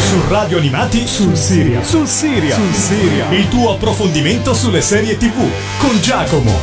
Su Radio Animati sul Siria. Sul Siria. Sul Siria. Il tuo approfondimento sulle serie TV con Giacomo.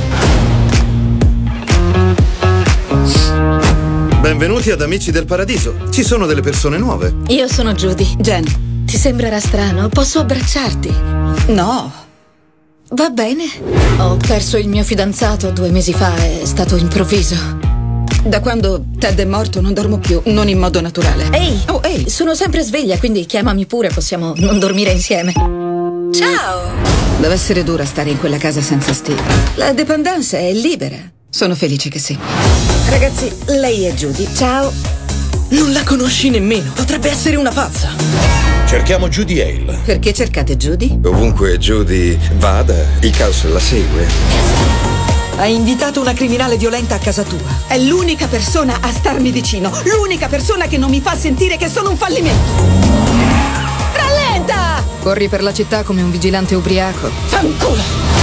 Benvenuti ad Amici del Paradiso. Ci sono delle persone nuove. Io sono Judy. Jen, ti sembrerà strano? Posso abbracciarti? No. Va bene. Ho perso il mio fidanzato 2 mesi fa, è stato improvviso. Da quando Ted è morto non dormo più, non in modo naturale. Ehi! Oh, ehi! Sono sempre sveglia, quindi chiamami pure, possiamo non dormire insieme. Ciao! Deve essere dura stare in quella casa senza Steve. La dependance è libera. Sono felice che sì. Ragazzi, lei è Judy. Ciao. Non la conosci nemmeno, potrebbe essere una pazza. Cerchiamo Judy Hale. Perché cercate Judy? Ovunque Judy vada, il caos la segue. Hai invitato una criminale violenta a casa tua. È l'unica persona a starmi vicino. L'unica persona che non mi fa sentire che sono un fallimento. Rallenta! Corri per la città come un vigilante ubriaco. Fanculo!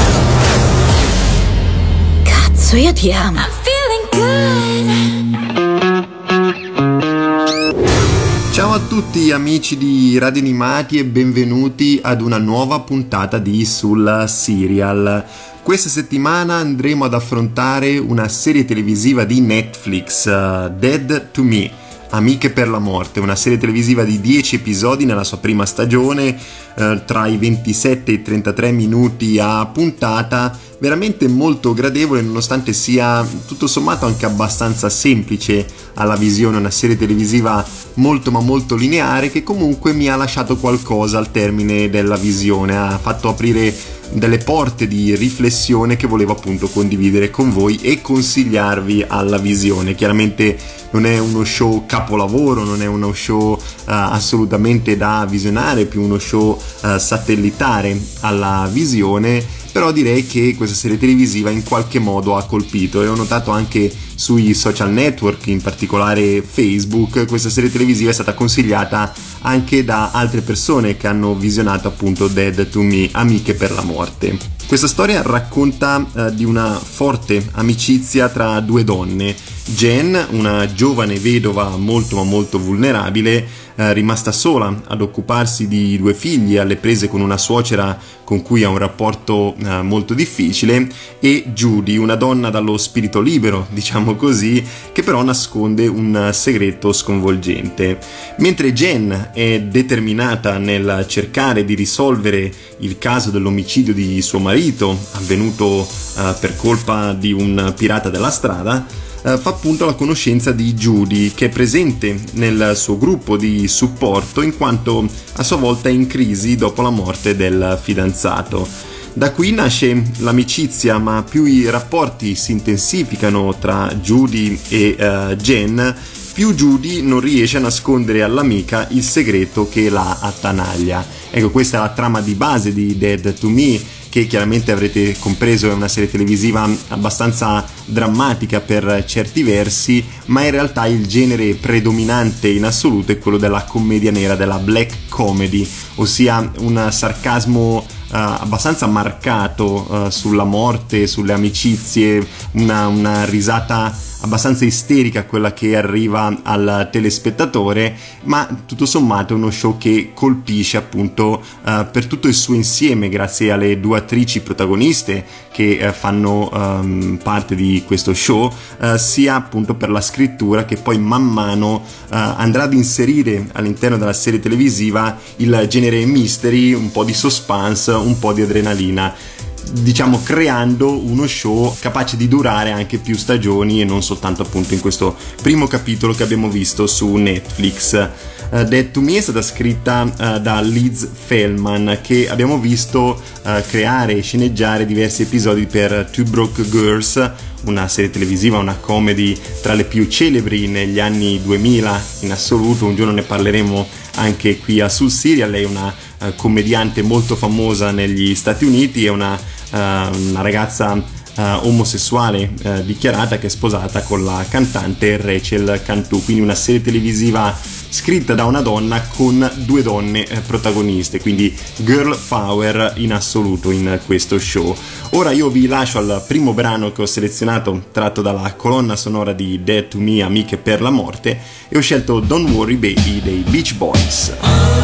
Cazzo, io ti amo. Ciao a tutti amici di Radio Animati e benvenuti ad una nuova puntata di Sul Serial. Questa settimana andremo ad affrontare una serie televisiva di Netflix, Dead to Me, Amiche per la morte, una serie televisiva di 10 episodi nella sua prima stagione, tra i 27 e i 33 minuti a puntata, veramente molto gradevole nonostante sia tutto sommato anche abbastanza semplice alla visione, una serie televisiva molto ma molto lineare che comunque mi ha lasciato qualcosa al termine della visione, ha fatto aprire delle porte di riflessione che volevo appunto condividere con voi e consigliarvi alla visione. Chiaramente non è uno show capolavoro, non è uno show assolutamente da visionare, più uno show satellitare alla visione, però direi che questa serie televisiva in qualche modo ha colpito e ho notato anche sui social network, in particolare Facebook, questa serie televisiva è stata consigliata anche da altre persone che hanno visionato appunto Dead to Me, Amiche per la morte. Questa storia racconta di una forte amicizia tra 2 donne. Jen, una giovane vedova molto ma molto vulnerabile, rimasta sola ad occuparsi di 2 figli, alle prese con una suocera con cui ha un rapporto molto difficile, e Judy, una donna dallo spirito libero, diciamo così, che però nasconde un segreto sconvolgente. Mentre Jen è determinata nel cercare di risolvere il caso dell'omicidio di suo marito, avvenuto per colpa di un pirata della strada, fa appunto la conoscenza di Judy, che è presente nel suo gruppo di supporto in quanto a sua volta è in crisi dopo la morte del fidanzato. Da qui nasce l'amicizia, ma più i rapporti si intensificano tra Judy e Jen, più Judy non riesce a nascondere all'amica il segreto che la attanaglia. Ecco, questa è la trama di base di Dead to Me, che chiaramente avrete compreso è una serie televisiva abbastanza drammatica per certi versi, ma in realtà il genere predominante in assoluto è quello della commedia nera, della black comedy, ossia un sarcasmo abbastanza marcato sulla morte, sulle amicizie, una risata abbastanza isterica quella che arriva al telespettatore, ma tutto sommato è uno show che colpisce appunto per tutto il suo insieme, grazie alle 2 attrici protagoniste che fanno parte di questo show, sia appunto per la scrittura che poi man mano andrà ad inserire all'interno della serie televisiva il genere mystery, un po' di suspense, un po' di adrenalina, diciamo creando uno show capace di durare anche più stagioni e non soltanto appunto in questo primo capitolo che abbiamo visto su Netflix. Dead to Me è stata scritta da Liz Feldman, che abbiamo visto creare e sceneggiare diversi episodi per Two Broke Girls, una serie televisiva, una comedy tra le più celebri negli anni 2000 in assoluto. Un giorno ne parleremo anche qui a Sul Serial. Lei è una commediante molto famosa negli Stati Uniti, è una ragazza omosessuale dichiarata, che è sposata con la cantante Rachel Cantú, quindi una serie televisiva scritta da una donna con due donne protagoniste, quindi girl power in assoluto in questo show. Ora io vi lascio al primo brano che ho selezionato, tratto dalla colonna sonora di Dead to Me, Amiche per la morte, e ho scelto Don't Worry Baby dei Beach Boys.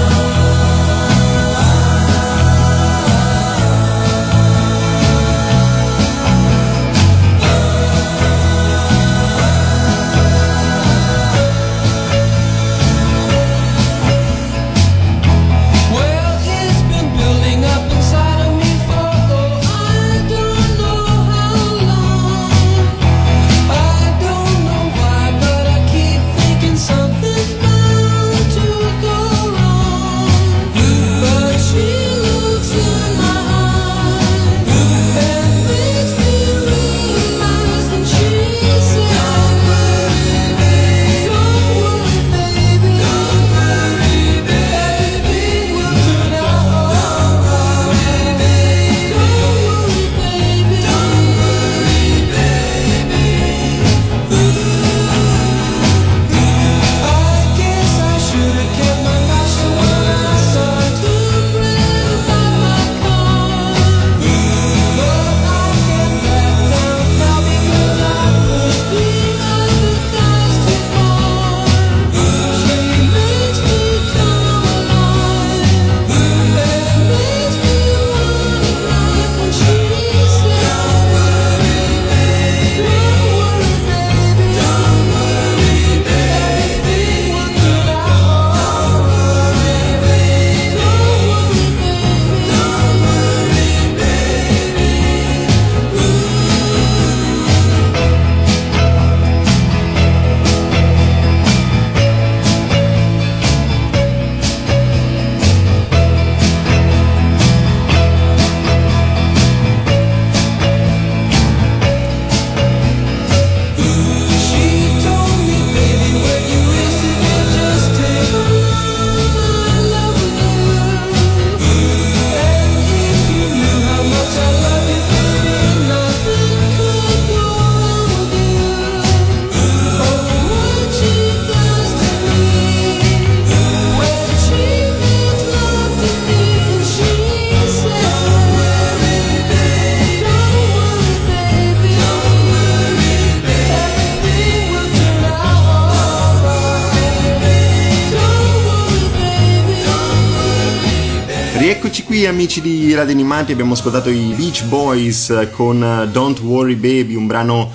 Rieccoci qui amici di Radio Animati, abbiamo ascoltato i Beach Boys con Don't Worry Baby, un brano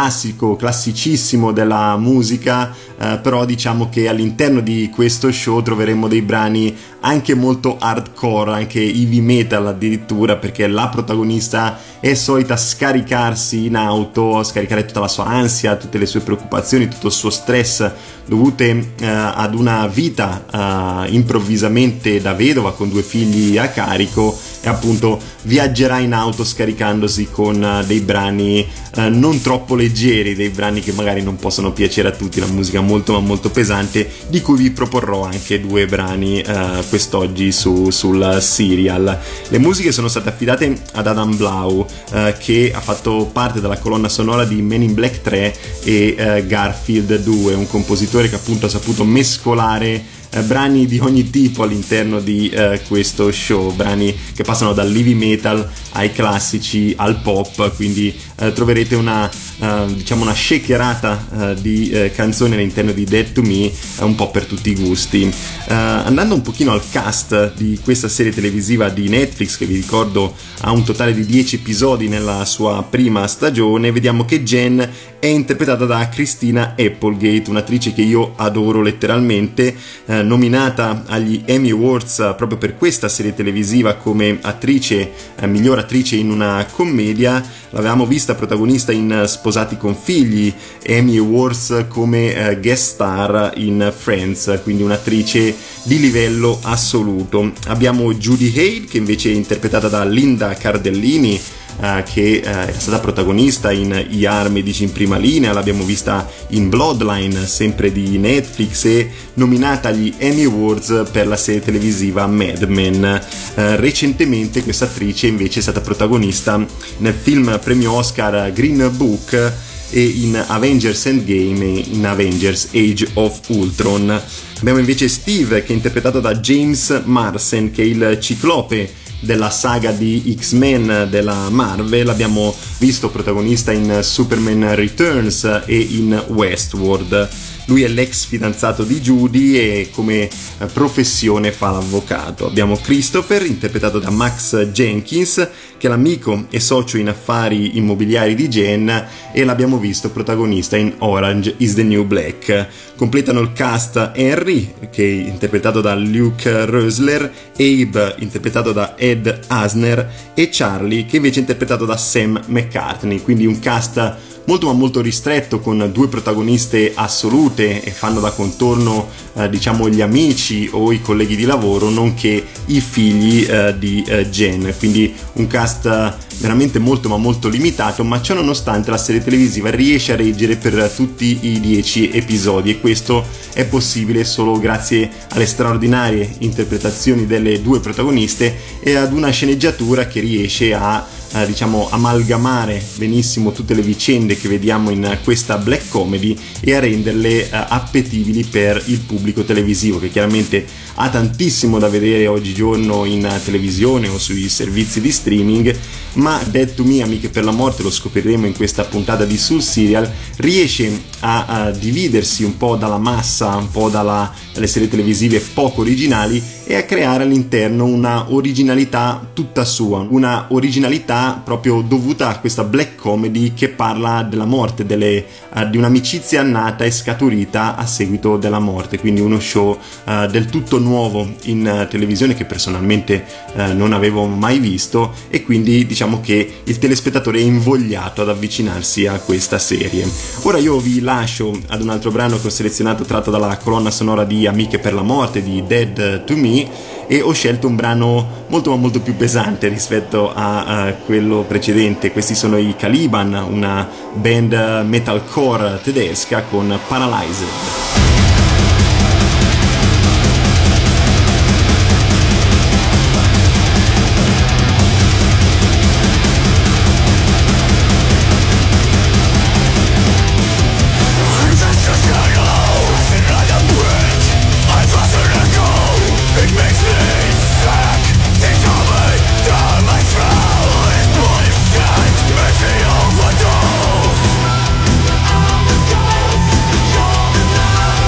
classicissimo della musica, però diciamo che all'interno di questo show troveremo dei brani anche molto hardcore, anche heavy metal addirittura, perché la protagonista è solita scaricarsi in auto, scaricare tutta la sua ansia, tutte le sue preoccupazioni, tutto il suo stress dovute ad una vita improvvisamente da vedova con 2 figli a carico, e appunto viaggerà in auto scaricandosi con dei brani non troppo leggeri, dei brani che magari non possono piacere a tutti, la musica molto ma molto pesante, di cui vi proporrò anche 2 brani quest'oggi sul serial. Le musiche sono state affidate ad Adam Blau, che ha fatto parte della colonna sonora di Men in Black 3 e Garfield 2, un compositore che appunto ha saputo mescolare brani di ogni tipo all'interno di questo show, brani che passano dal heavy metal ai classici al pop, quindi troverete una shakerata di canzoni all'interno di Dead to Me, un po' per tutti i gusti. Andando un pochino al cast di questa serie televisiva di Netflix, che vi ricordo ha un totale di 10 episodi nella sua prima stagione, vediamo che Jen è interpretata da Christina Applegate, un'attrice che io adoro letteralmente, nominata agli Emmy Awards proprio per questa serie televisiva come attrice, miglior attrice in una commedia. L'avevamo vista protagonista in Sposati con figli, Emmy Awards come guest star in Friends, quindi un'attrice di livello assoluto. Abbiamo Judy Hale, che invece è interpretata da Linda Cardellini, che è stata protagonista in ER Medici in prima linea, l'abbiamo vista in Bloodline, sempre di Netflix, e nominata agli Emmy Awards per la serie televisiva Mad Men. Recentemente questa attrice invece è stata protagonista nel film premio Oscar Green Book, e in Avengers Endgame e in Avengers Age of Ultron. Abbiamo invece Steve, che è interpretato da James Marsden, che è il ciclope della saga di X-Men della Marvel. L'abbiamo visto protagonista in Superman Returns e in Westworld. Lui è l'ex fidanzato di Judy e come professione fa l'avvocato. Abbiamo Christopher, interpretato da Max Jenkins, che è l'amico e socio in affari immobiliari di Jen, e l'abbiamo visto protagonista in Orange is the New Black. Completano il cast Henry, che è interpretato da Luke Rösler, Abe, interpretato da Ed Asner, e Charlie, che invece è interpretato da Sam McCartney. Quindi un cast molto ma molto ristretto, con 2 protagoniste assolute, e fanno da contorno diciamo gli amici o i colleghi di lavoro, nonché i figli di Jen. Quindi un cast veramente molto ma molto limitato, ma ciò nonostante la serie televisiva riesce a reggere per tutti i 10 episodi, e questo è possibile solo grazie alle straordinarie interpretazioni delle 2 protagoniste e ad una sceneggiatura che riesce a diciamo amalgamare benissimo tutte le vicende che vediamo in questa black comedy e a renderle appetibili per il pubblico televisivo, che chiaramente ha tantissimo da vedere oggigiorno in televisione o sui servizi di streaming. Ma Dead to Me, Amiche per la morte, lo scopriremo in questa puntata di Sul Serial, riesce a dividersi un po' dalla massa, un po' dalle serie televisive poco originali, e a creare all'interno una originalità tutta sua, una originalità proprio dovuta a questa black comedy che parla della morte, di un'amicizia nata e scaturita a seguito della morte. Quindi uno show del tutto nuovo in televisione, che personalmente non avevo mai visto, e quindi diciamo che il telespettatore è invogliato ad avvicinarsi a questa serie. Ora io vi lascio ad un altro brano che ho selezionato, tratto dalla colonna sonora di Amiche per la morte di Dead to Me, e ho scelto un brano molto ma molto più pesante rispetto a quello precedente. Questi sono i Caliban, una band metalcore tedesca, con Paralyzed. Overdose.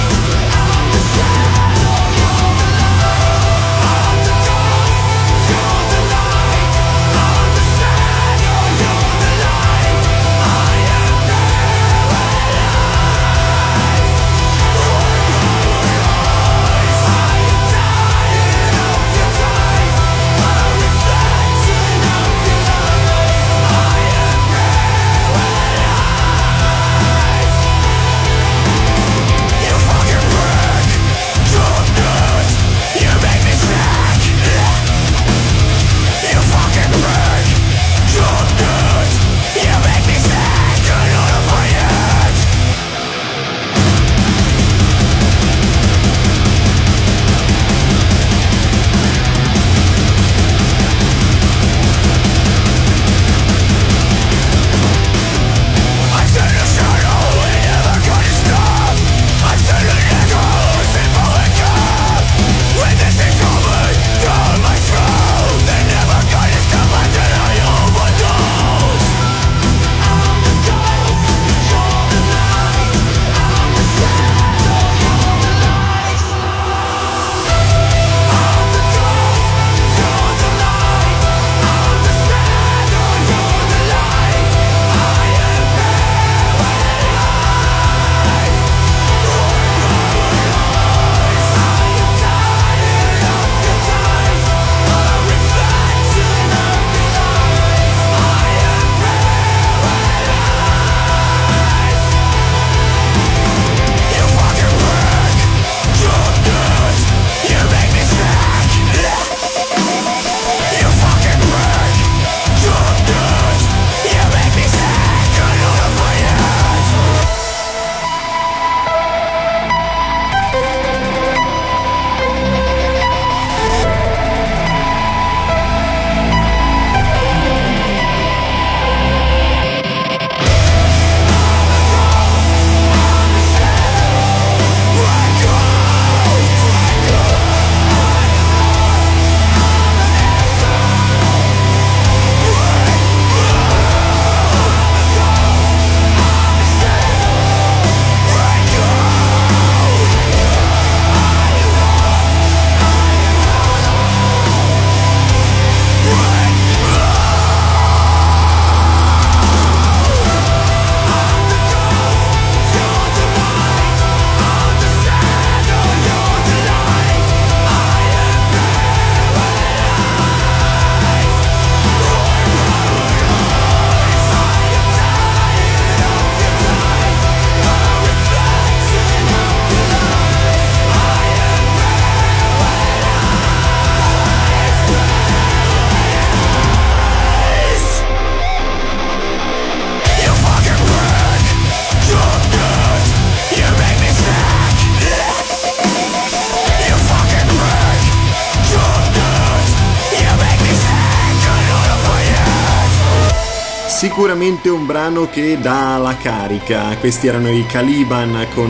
Sicuramente un brano che dà la carica. Questi erano i Caliban con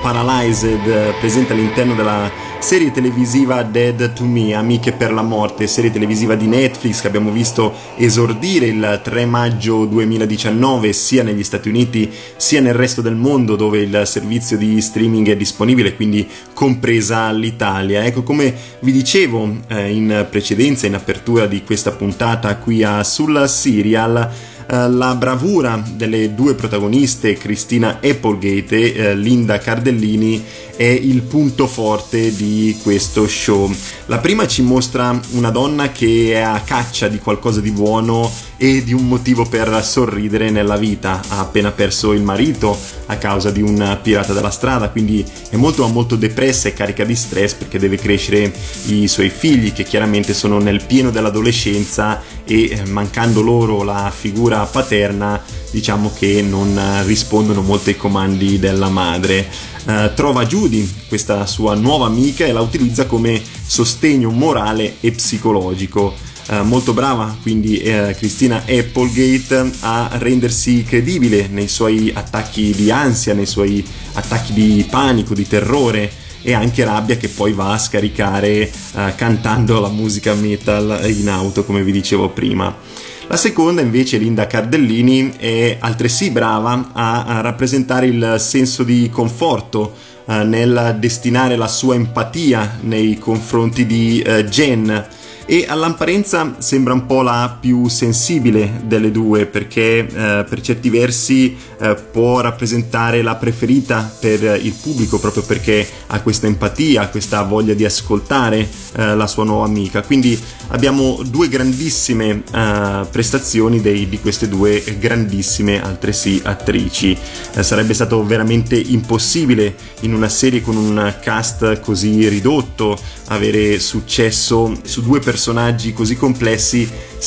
Paralyzed, presente all'interno della serie televisiva Dead to Me, Amiche per la morte, serie televisiva di Netflix che abbiamo visto esordire il 3 maggio 2019 sia negli Stati Uniti sia nel resto del mondo dove il servizio di streaming è disponibile, quindi compresa l'Italia. Ecco, come vi dicevo in precedenza, in apertura di questa puntata qui sul Serial, la bravura delle due protagoniste, Christina Applegate e Linda Cardellini, è il punto forte di questo show. La prima ci mostra una donna che è a caccia di qualcosa di buono e di un motivo per sorridere nella vita. Ha appena perso il marito a causa di un pirata della strada, quindi è molto depressa e carica di stress perché deve crescere i suoi figli, che chiaramente sono nel pieno dell'adolescenza e mancando loro la figura paterna, diciamo che non rispondono molto ai comandi della madre. Trova Judy, questa sua nuova amica, e la utilizza come sostegno morale e psicologico. Molto brava quindi Christina Applegate a rendersi credibile nei suoi attacchi di ansia, nei suoi attacchi di panico, di terrore e anche rabbia, che poi va a scaricare cantando la musica metal in auto, come vi dicevo prima. La seconda invece, Linda Cardellini, è altresì brava a rappresentare il senso di conforto nel destinare la sua empatia nei confronti di Jen, e all'apparenza sembra un po' la più sensibile delle due, perché per certi versi può rappresentare la preferita per il pubblico, proprio perché ha questa empatia, questa voglia di ascoltare la sua nuova amica. Quindi abbiamo due grandissime prestazioni di queste due grandissime altresì attrici. Sarebbe stato veramente impossibile in una serie con un cast così ridotto avere successo su due personaggi così complessi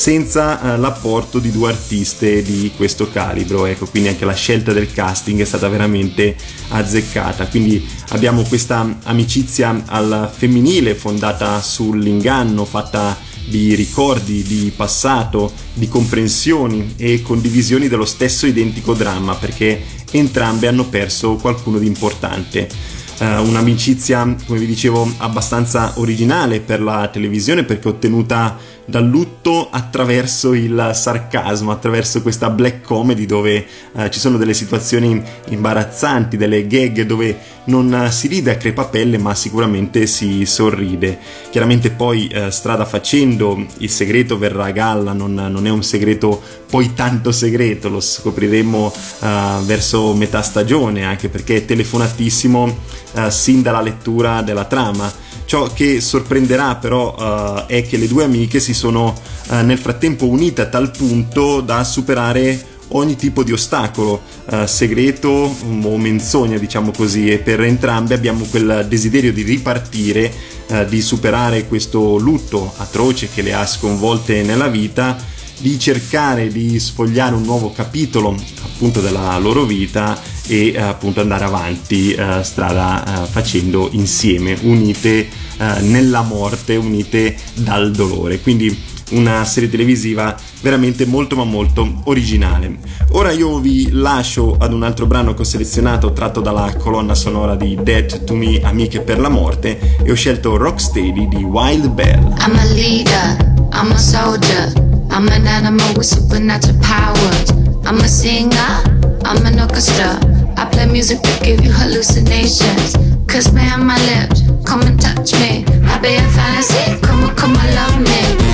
senza l'apporto di due artiste di questo calibro. Ecco, quindi anche la scelta del casting è stata veramente azzeccata. Quindi abbiamo questa amicizia al femminile fondata sull'inganno, fatta di ricordi, di passato, di comprensioni e condivisioni dello stesso identico dramma, perché entrambe hanno perso qualcuno di importante. Un'amicizia, come vi dicevo, abbastanza originale per la televisione, perché ottenuta dal lutto attraverso il sarcasmo, attraverso questa black comedy dove ci sono delle situazioni imbarazzanti, delle gag dove non si ride a crepapelle ma sicuramente si sorride. Chiaramente poi strada facendo il segreto verrà a galla, non è un segreto poi tanto segreto, lo scopriremo verso metà stagione, anche perché è telefonatissimo sin dalla lettura della trama. Ciò che sorprenderà però è che le due amiche si sono nel frattempo unite a tal punto da superare ogni tipo di ostacolo, segreto o menzogna, diciamo così, e per entrambe abbiamo quel desiderio di ripartire, di superare questo lutto atroce che le ha sconvolte nella vita, di cercare di sfogliare un nuovo capitolo appunto della loro vita e appunto andare avanti strada facendo insieme, unite nella morte, unite dal dolore. Quindi una serie televisiva veramente molto ma molto originale. Ora io vi lascio ad un altro brano che ho selezionato tratto dalla colonna sonora di Dead to Me, Amiche per la morte, e ho scelto Rocksteady di Wild Bell. I'm a leader, I'm a soldier, I'm an animal with supernatural powers. I'm a singer, I'm an orchestra, I play music to give you hallucinations. Kiss me on my lips, come and touch me, I'll be a fantasy, come and love me.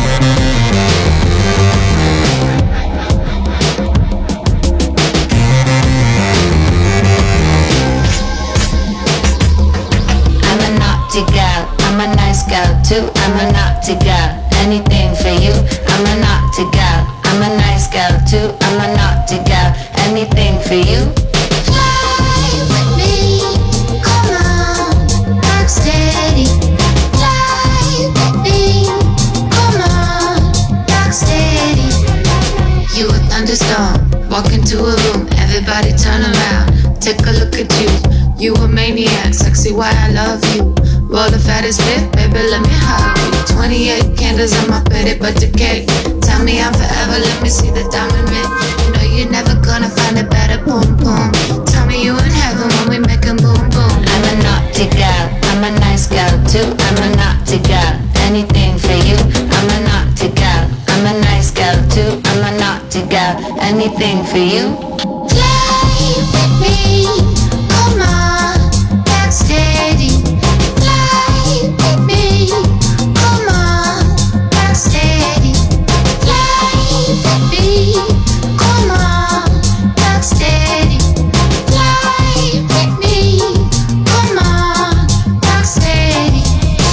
Girl, I'm a nice girl too, I'm a naughty girl, anything for you. I'm a naughty girl, I'm a nice girl too, I'm a naughty girl, anything for you. Fly with me, come on, rock steady. Fly with me, come on, rock steady. You a thunderstorm, walk into a room, everybody turn around, take a look at you. You a maniac, sexy, why I love you. Roll the fattest bit, baby, let me hug you. 28 candles on my pretty butter cake. Tell me I'm forever, let me see the diamond ring. You know you're never gonna find a better boom boom. Tell me you in heaven when we making boom boom. I'm a naughty girl, I'm a nice girl too. I'm a naughty girl, anything for you. I'm a naughty girl, I'm a nice girl too. I'm a naughty girl, anything for you. Fly with me, come on, back steady. Fly with me, come on, back steady. Fly with me, come on, back steady. Fly with me, come on, back steady.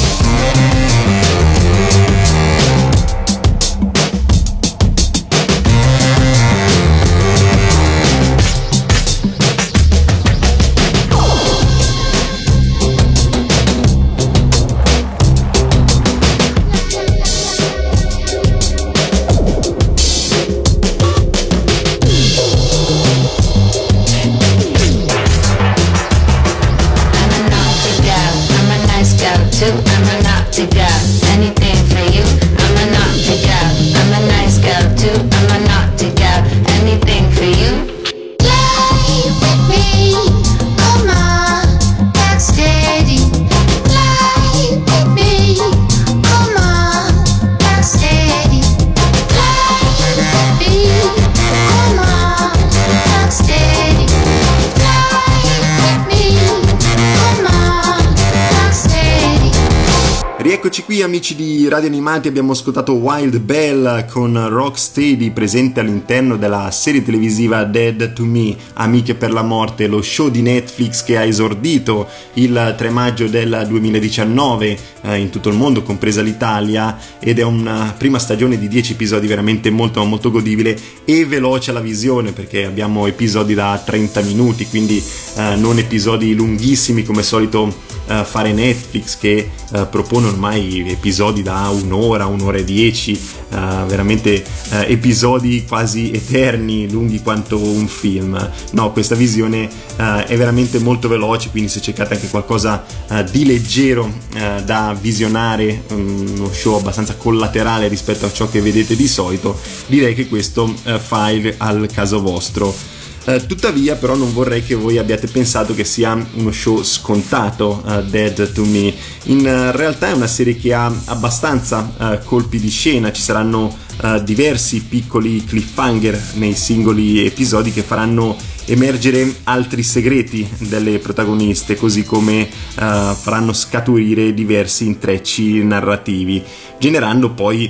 I'm a naughty girl, anything for you. I'm a naughty girl, I'm a nice girl too. I'm a naughty girl, anything for you. Fly with me, come on, back steady. Fly with me, come on, back steady. Fly with me, come on, back steady. Fly with me, come on, back steady. Rieccoci qui amici di Radio Animati, abbiamo ascoltato Wild Bell con Rocksteady, presente all'interno della serie televisiva Dead to Me, Amiche per la morte, lo show di Netflix che ha esordito il 3 maggio del 2019 in tutto il mondo, compresa l'Italia, ed è una prima stagione di 10 episodi veramente molto molto godibile e veloce alla visione, perché abbiamo episodi da 30 minuti, quindi non episodi lunghissimi come solito fare Netflix, che propone ormai episodi da un'ora e 10, veramente episodi quasi eterni, lunghi quanto un film. No, questa visione è veramente molto veloce, quindi se cercate anche qualcosa di leggero da visionare, uno show abbastanza collaterale rispetto a ciò che vedete di solito, direi che questo fa al caso vostro. Tuttavia però non vorrei che voi abbiate pensato che sia uno show scontato, Dead to Me. In realtà è una serie che ha abbastanza colpi di scena, ci saranno diversi piccoli cliffhanger nei singoli episodi che faranno emergere altri segreti delle protagoniste, così come faranno scaturire diversi intrecci narrativi, generando poi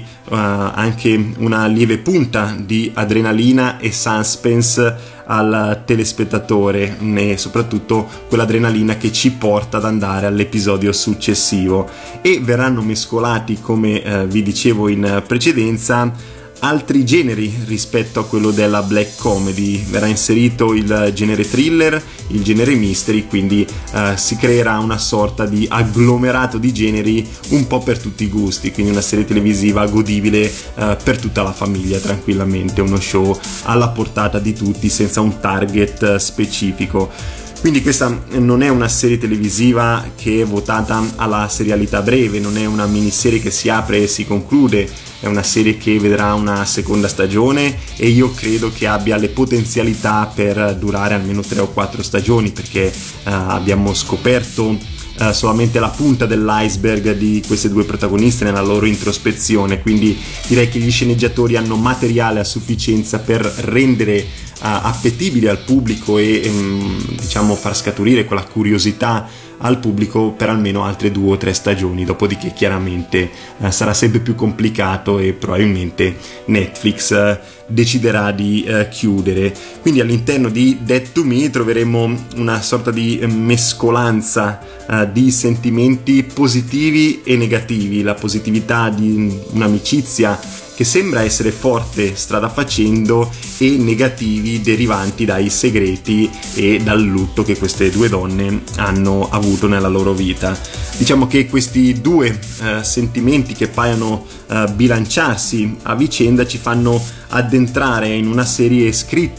anche una lieve punta di adrenalina e suspense al telespettatore, e soprattutto quell'adrenalina che ci porta ad andare all'episodio successivo. E verranno mescolati, come vi dicevo in precedenza, altri generi rispetto a quello della black comedy. Verrà inserito il genere thriller, il genere mystery, quindi si creerà una sorta di agglomerato di generi un po' per tutti i gusti, quindi una serie televisiva godibile per tutta la famiglia tranquillamente, uno show alla portata di tutti senza un target specifico. Quindi questa non è una serie televisiva che è votata alla serialità breve, non è una miniserie che si apre e si conclude, è una serie che vedrà una seconda stagione e io credo che abbia le potenzialità per durare almeno 3 o 4 stagioni, perché abbiamo scoperto solamente la punta dell'iceberg di queste due protagoniste nella loro introspezione, quindi direi che gli sceneggiatori hanno materiale a sufficienza per rendere appetibile al pubblico e diciamo far scaturire quella curiosità al pubblico per almeno altre 2 o 3 stagioni, dopodiché chiaramente sarà sempre più complicato e probabilmente Netflix deciderà di chiudere. Quindi all'interno di Dead to Me troveremo una sorta di mescolanza di sentimenti positivi e negativi, la positività di un'amicizia che sembra essere forte strada facendo e negativi derivanti dai segreti e dal lutto che queste due donne hanno avuto nella loro vita. Diciamo che questi due sentimenti che paiono bilanciarsi a vicenda ci fanno addentrare in una serie scritta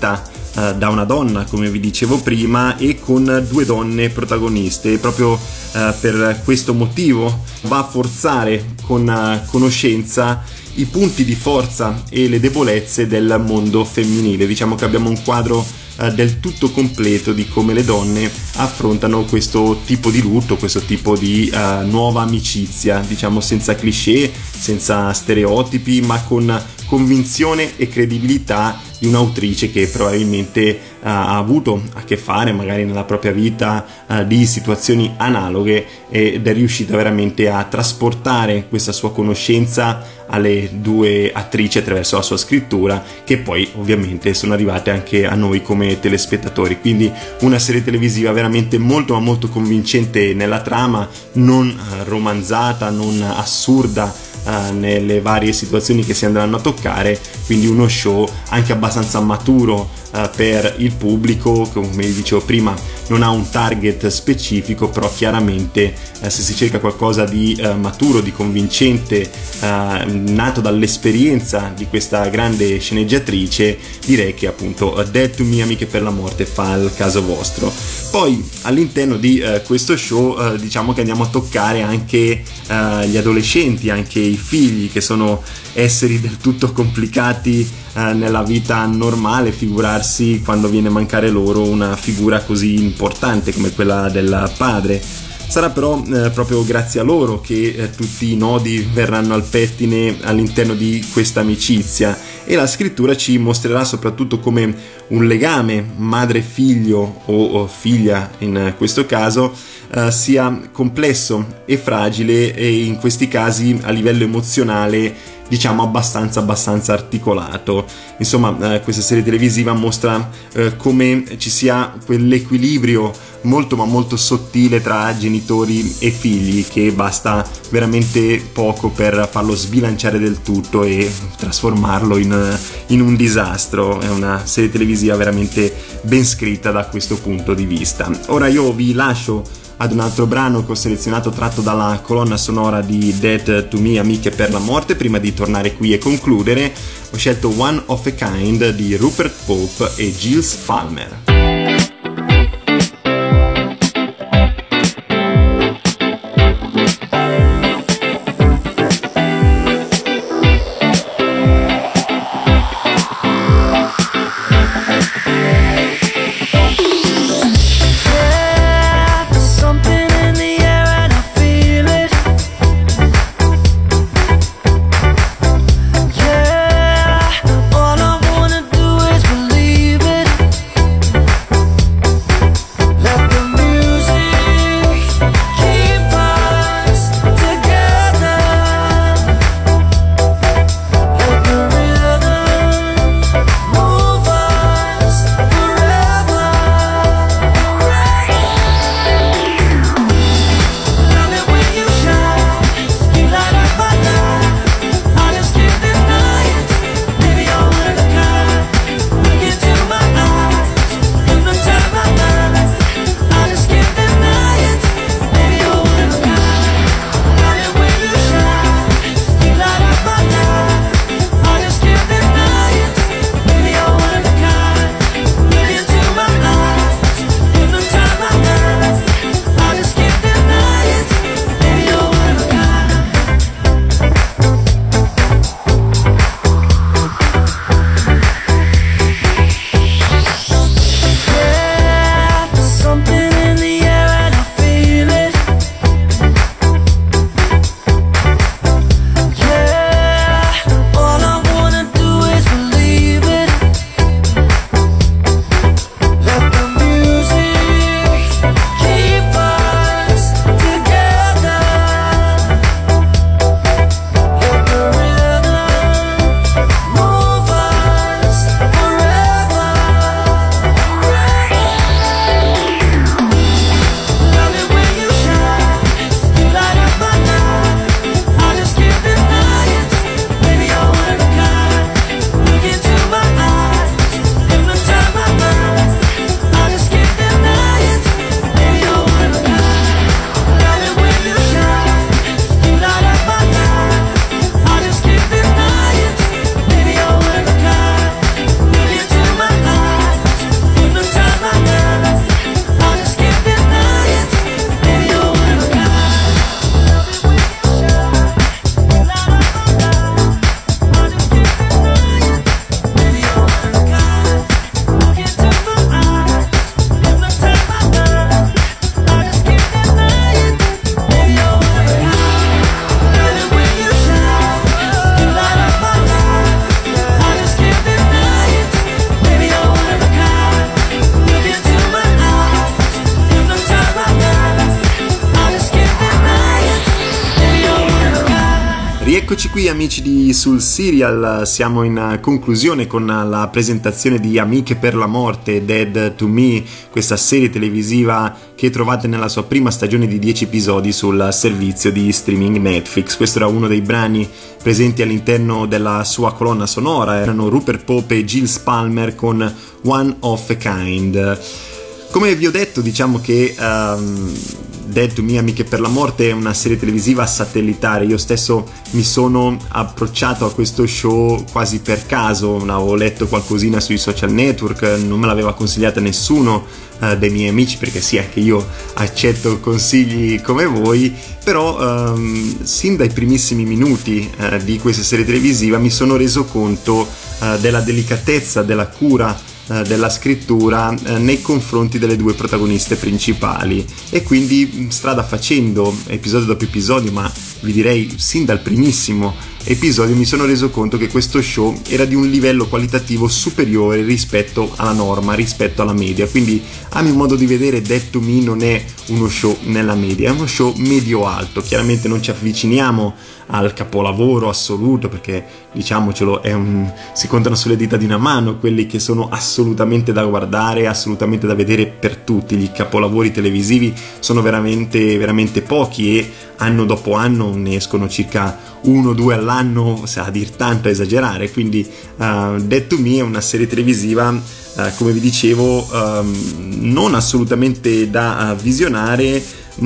da una donna, come vi dicevo prima, e con due donne protagoniste. Proprio per questo motivo va a forzare con conoscenza i punti di forza e le debolezze del mondo femminile. Diciamo che abbiamo un quadro del tutto completo di come le donne affrontano questo tipo di lutto, questo tipo di nuova amicizia, diciamo senza cliché, senza stereotipi, ma con convinzione e credibilità di un'autrice che probabilmente ha avuto a che fare magari nella propria vita di situazioni analoghe ed è riuscita veramente a trasportare questa sua conoscenza alle due attrici attraverso la sua scrittura, che poi ovviamente sono arrivate anche a noi come telespettatori. Quindi una serie televisiva veramente molto ma molto convincente nella trama, non romanzata, non assurda nelle varie situazioni che si andranno a toccare, quindi uno show anche abbastanza maturo per il pubblico. Come vi dicevo prima, non ha un target specifico, però chiaramente se si cerca qualcosa di maturo, di convincente, nato dall'esperienza di questa grande sceneggiatrice, direi che appunto Dead to Me, Amiche per la morte, fa il caso vostro. Poi all'interno di questo show diciamo che andiamo a toccare anche gli adolescenti, anche i figli, che sono esseri del tutto complicati nella vita normale, figurarsi quando viene a mancare loro una figura così importante come quella del padre. Sarà però proprio grazie a loro che tutti i nodi verranno al pettine all'interno di questa amicizia, e la scrittura ci mostrerà soprattutto come un legame madre-figlio o figlia in questo caso sia complesso e fragile, e in questi casi a livello emozionale diciamo abbastanza articolato. Insomma, questa serie televisiva mostra come ci sia quell'equilibrio molto ma molto sottile tra genitori e figli, che basta veramente poco per farlo sbilanciare del tutto e trasformarlo in un disastro. È una serie televisiva veramente ben scritta da questo punto di vista. Ora io vi lascio ad un altro brano che ho selezionato tratto dalla colonna sonora di Dead to Me, Amiche per la morte. Prima di tornare qui e concludere, ho scelto One of a Kind di Rupert Pope e Giles Palmer. Yeah, all I wanna do is believe it. Rieccoci qui amici di Sul Serial, siamo in conclusione con la presentazione di Amiche per la morte, Dead to Me, questa serie televisiva che trovate nella sua prima stagione di 10 episodi sul servizio di streaming Netflix. Questo era uno dei brani presenti all'interno della sua colonna sonora, erano Rupert Pope e Giles Palmer con One of a Kind. Come vi ho detto, diciamo che Dead to Me, Amiche per la morte è una serie televisiva satellitare. Io stesso mi sono approcciato a questo show quasi per caso, avevo letto qualcosina sui social network, non me l'aveva consigliata nessuno dei miei amici, perché sì, anche io accetto consigli come voi, però sin dai primissimi minuti di questa serie televisiva mi sono reso conto della delicatezza, della cura della scrittura nei confronti delle due protagoniste principali, e quindi strada facendo, episodio dopo episodio, ma vi direi sin dal primissimo episodio, mi sono reso conto che questo show era di un livello qualitativo superiore rispetto alla norma, rispetto alla media. Quindi a mio modo di vedere Dead to Me non è uno show nella media, è uno show medio-alto. Chiaramente non ci avviciniamo al capolavoro assoluto, perché diciamocelo, si contano sulle dita di una mano quelli che sono assolutamente da guardare, assolutamente da vedere per tutti. Gli capolavori televisivi sono veramente veramente pochi, e anno dopo anno ne escono circa 1 o 2 all'anno, a dir tanto, a esagerare. Quindi Dead to Me è una serie televisiva, come vi dicevo, non assolutamente da visionare,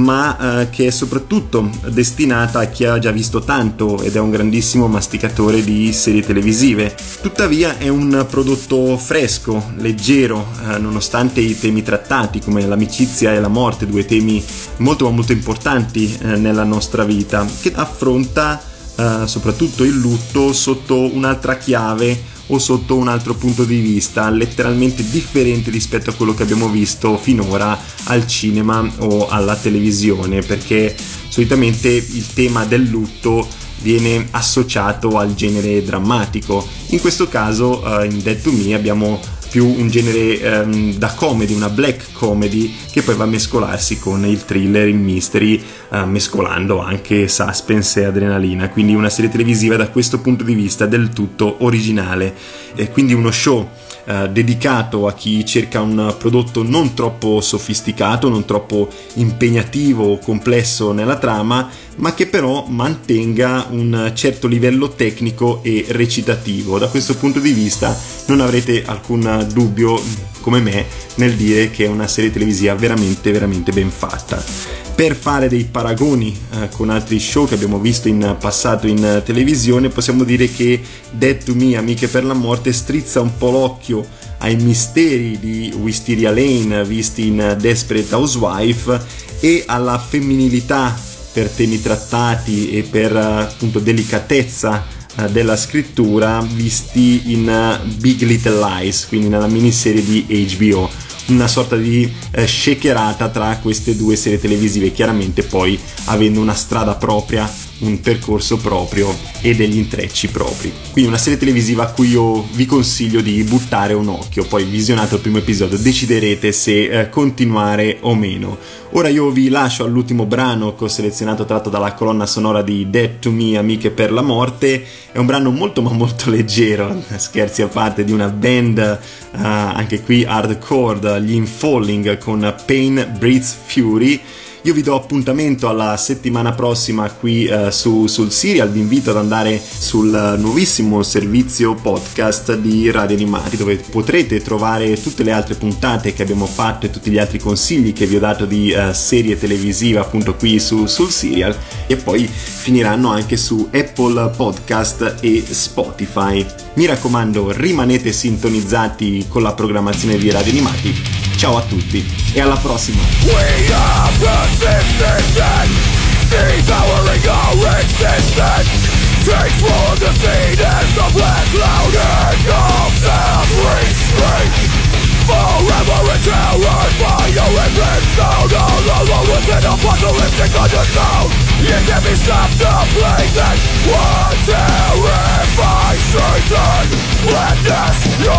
ma che è soprattutto destinata a chi ha già visto tanto ed è un grandissimo masticatore di serie televisive. Tuttavia è un prodotto fresco, leggero, nonostante i temi trattati come l'amicizia e la morte, 2 temi molto molto importanti nella nostra vita, che affronta soprattutto il lutto sotto un'altra chiave o sotto un altro punto di vista, letteralmente differente rispetto a quello che abbiamo visto finora al cinema o alla televisione, perché solitamente il tema del lutto viene associato al genere drammatico. In questo caso in Dead to Me abbiamo più un genere da comedy, una black comedy, che poi va a mescolarsi con il thriller, il mystery, mescolando anche suspense e adrenalina. Quindi una serie televisiva da questo punto di vista del tutto originale, e quindi uno show dedicato a chi cerca un prodotto non troppo sofisticato, non troppo impegnativo o complesso nella trama, ma che però mantenga un certo livello tecnico e recitativo. Da questo punto di vista non avrete alcun dubbio, come me, nel dire che è una serie televisiva veramente veramente ben fatta. Per fare dei paragoni con altri show che abbiamo visto in passato in televisione, possiamo dire che Dead to Me, Amiche per la morte, strizza un po' l'occhio ai misteri di Wisteria Lane visti in Desperate Housewife e alla femminilità per temi trattati e per appunto delicatezza della scrittura visti in Big Little Lies, quindi nella miniserie di HBO. Una sorta di shakerata tra queste 2 serie televisive, chiaramente poi avendo una strada propria, un percorso proprio e degli intrecci propri. Quindi una serie televisiva a cui io vi consiglio di buttare un occhio. Poi visionato il primo episodio deciderete se continuare o meno. Ora io vi lascio all'ultimo brano che ho selezionato, tratto dalla colonna sonora di Dead to Me, Amiche per la morte. È un brano molto ma molto leggero, scherzi a parte, di una band anche qui hardcore, gli In Falling, con Pain Breathes Fury. Io vi do appuntamento alla settimana prossima qui sul Serial. Vi invito ad andare sul nuovissimo servizio podcast di Radio Animati, dove potrete trovare tutte le altre puntate che abbiamo fatto e tutti gli altri consigli che vi ho dato di serie televisive appunto qui sul Serial, e poi finiranno anche su Apple Podcast e Spotify. Mi raccomando, rimanete sintonizzati con la programmazione di Radio Animati. Ciao a tutti e alla prossima. We are persistent, devouring our existence. Takes from the seed as the black cloud engulfs every street. Forever in terror, fire and brimstone, all alone within apocalyptic undertone. You can be stopped, the blazing one terrifies Satan. Let us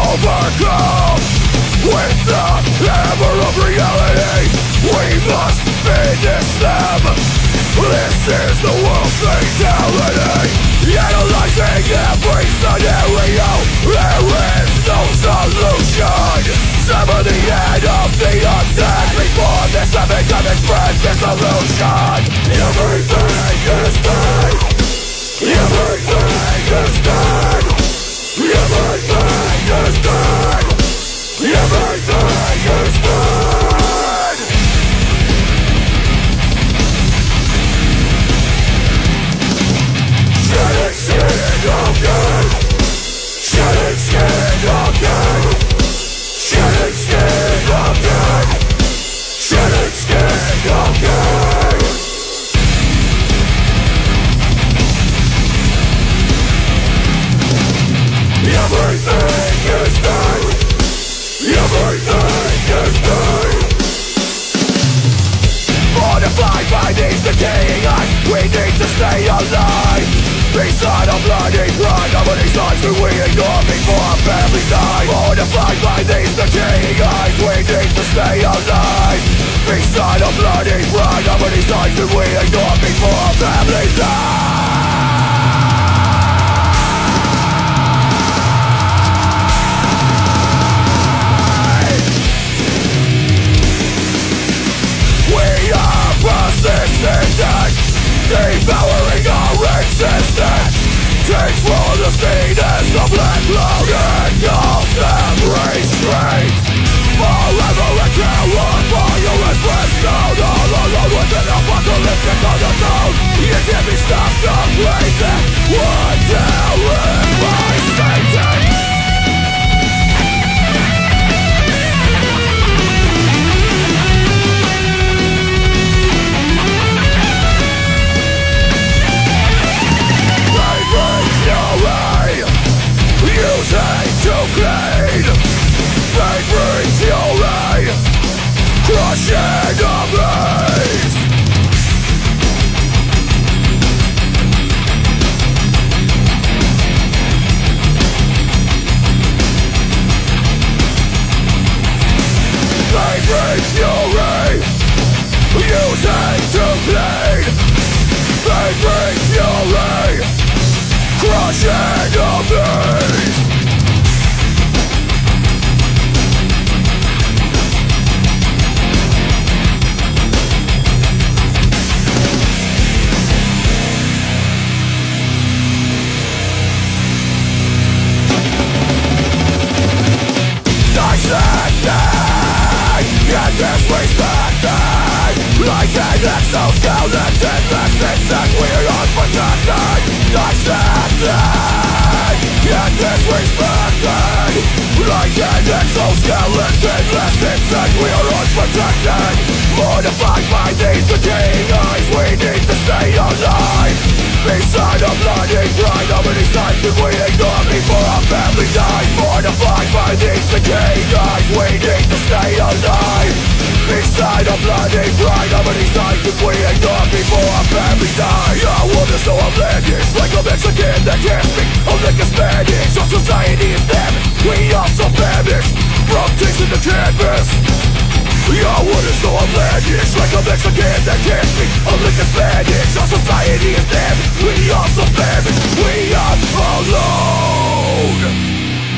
overcome. With the hammer of reality, we must finish them. This is the world's fatality. Head of the undead. Before this epidemic spreads dissolution. Everything is dead. Everything is dead. Everything is dead. Everything is dead. Shedding skin again. Shedding skin again. Shedding skin again. Shedding skin again. Everything is dead. Everything is dead. Mortified by these decaying eyes, we need to stay alive. Beside a bloody pride, how many times do we ignore before our families die? Mortified by these decaying eyes, we need to stay alive. Beside a bloody pride, how many times do we ignore before our families die? Persistent, devouring our existence. Takes for the seed as the black cloud engulfs every street. Forever a terror, fire and brimstone. All alone within apocalyptic undertone. You can't be stopped from breathing until it by Satan. Using to clean. They bring fury, crushing the base. They bring fury, using to clean. They bring fury, crushing the base. Get disrespected like an exoskeleton. Less insect, we're unprotected. Dissected. Get disrespected like an exoskeleton. Less insect, we're unprotected. Mortified by these decaying eyes, we need to stay alive. Beside a bloody pride, how many times did we ignore before our family died? Mortified by these decaying eyes, we need to stay alive. Beside a bloody pride, how many times did we ignore before our family died? Our world is so outlandish, like a Mexican that can't speak only Spanish. Our society is damaged, we are so famished from tasting the canvas. Your wood is so outlandish, like a Mexican that can't speak only Spanish. Our society is damaged, we are so famished, we are alone.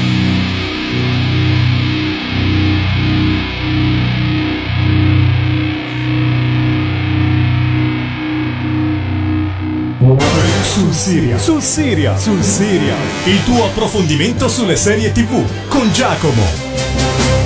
Sul Serial, il tuo approfondimento sulle serie TV con Giacomo.